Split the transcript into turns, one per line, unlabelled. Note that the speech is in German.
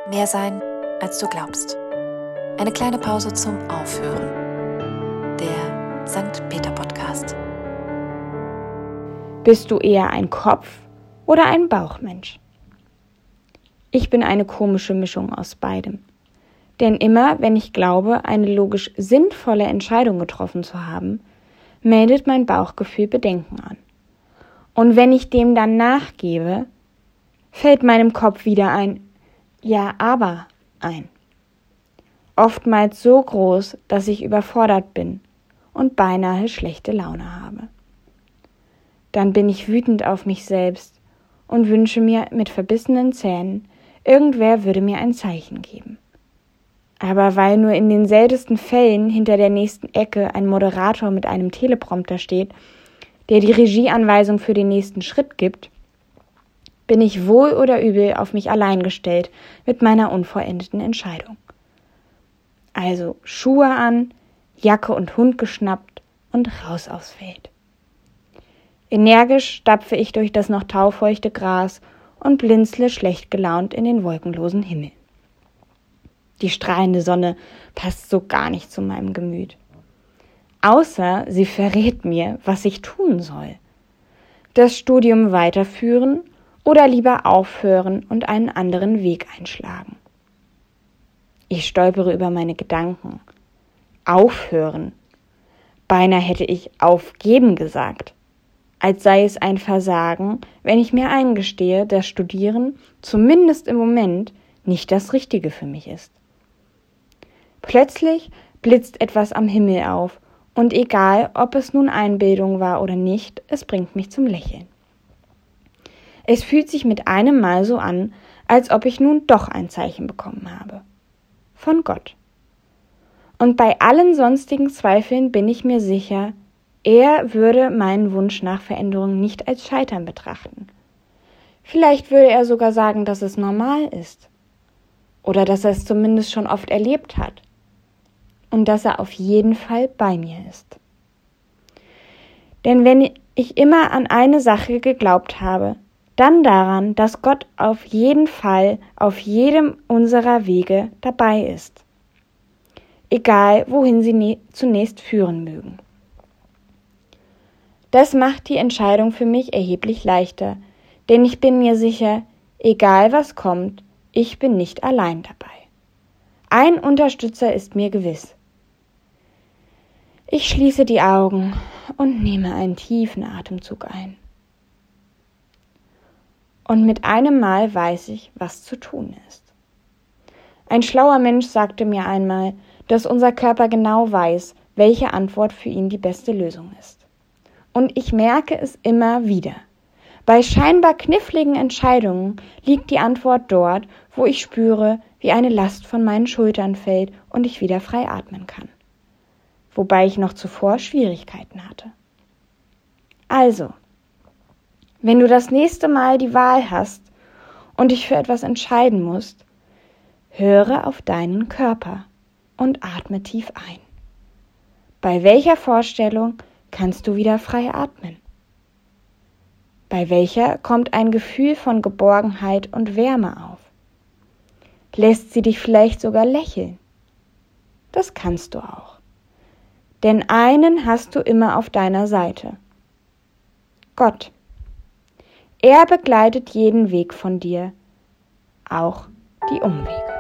Mehr sein, als du glaubst. Eine kleine Pause zum Aufhören. Der St. Peter Podcast.
Bist du eher ein Kopf- oder ein Bauchmensch? Ich bin eine komische Mischung aus beidem. Denn immer, wenn ich glaube, eine logisch sinnvolle Entscheidung getroffen zu haben, meldet mein Bauchgefühl Bedenken an. Und wenn ich dem dann nachgebe, fällt meinem Kopf wieder ein Ja, aber ein. Oftmals so groß, dass ich überfordert bin und beinahe schlechte Laune habe. Dann bin ich wütend auf mich selbst und wünsche mir mit verbissenen Zähnen, irgendwer würde mir ein Zeichen geben. Aber weil nur in den seltensten Fällen hinter der nächsten Ecke ein Moderator mit einem Teleprompter steht, der die Regieanweisung für den nächsten Schritt gibt, bin ich wohl oder übel auf mich allein gestellt mit meiner unvollendeten Entscheidung. Also Schuhe an, Jacke und Hund geschnappt und raus aufs Feld. Energisch stapfe ich durch das noch taufeuchte Gras und blinzle schlecht gelaunt in den wolkenlosen Himmel. Die strahlende Sonne passt so gar nicht zu meinem Gemüt. Außer sie verrät mir, was ich tun soll. Das Studium weiterführen oder lieber aufhören und einen anderen Weg einschlagen. Ich stolpere über meine Gedanken. Aufhören. Beinahe hätte ich aufgeben gesagt. Als sei es ein Versagen, wenn ich mir eingestehe, dass Studieren, zumindest im Moment, nicht das Richtige für mich ist. Plötzlich blitzt etwas am Himmel auf und egal, ob es nun Einbildung war oder nicht, es bringt mich zum Lächeln. Es fühlt sich mit einem Mal so an, als ob ich nun doch ein Zeichen bekommen habe. Von Gott. Und bei allen sonstigen Zweifeln bin ich mir sicher, er würde meinen Wunsch nach Veränderung nicht als Scheitern betrachten. Vielleicht würde er sogar sagen, dass es normal ist. Oder dass er es zumindest schon oft erlebt hat. Und dass er auf jeden Fall bei mir ist. Denn wenn ich immer an eine Sache geglaubt habe, dann daran, dass Gott auf jeden Fall auf jedem unserer Wege dabei ist. Egal, wohin sie zunächst führen mögen. Das macht die Entscheidung für mich erheblich leichter, denn ich bin mir sicher, egal was kommt, ich bin nicht allein dabei. Ein Unterstützer ist mir gewiss. Ich schließe die Augen und nehme einen tiefen Atemzug ein. Und mit einem Mal weiß ich, was zu tun ist. Ein schlauer Mensch sagte mir einmal, dass unser Körper genau weiß, welche Antwort für ihn die beste Lösung ist. Und ich merke es immer wieder. Bei scheinbar kniffligen Entscheidungen liegt die Antwort dort, wo ich spüre, wie eine Last von meinen Schultern fällt und ich wieder frei atmen kann. Wobei ich noch zuvor Schwierigkeiten hatte. Also, wenn du das nächste Mal die Wahl hast und dich für etwas entscheiden musst, höre auf deinen Körper und atme tief ein. Bei welcher Vorstellung kannst du wieder frei atmen? Bei welcher kommt ein Gefühl von Geborgenheit und Wärme auf? Lässt sie dich vielleicht sogar lächeln? Das kannst du auch. Denn einen hast du immer auf deiner Seite. Gott. Er begleitet jeden Weg von dir, auch die Umwege.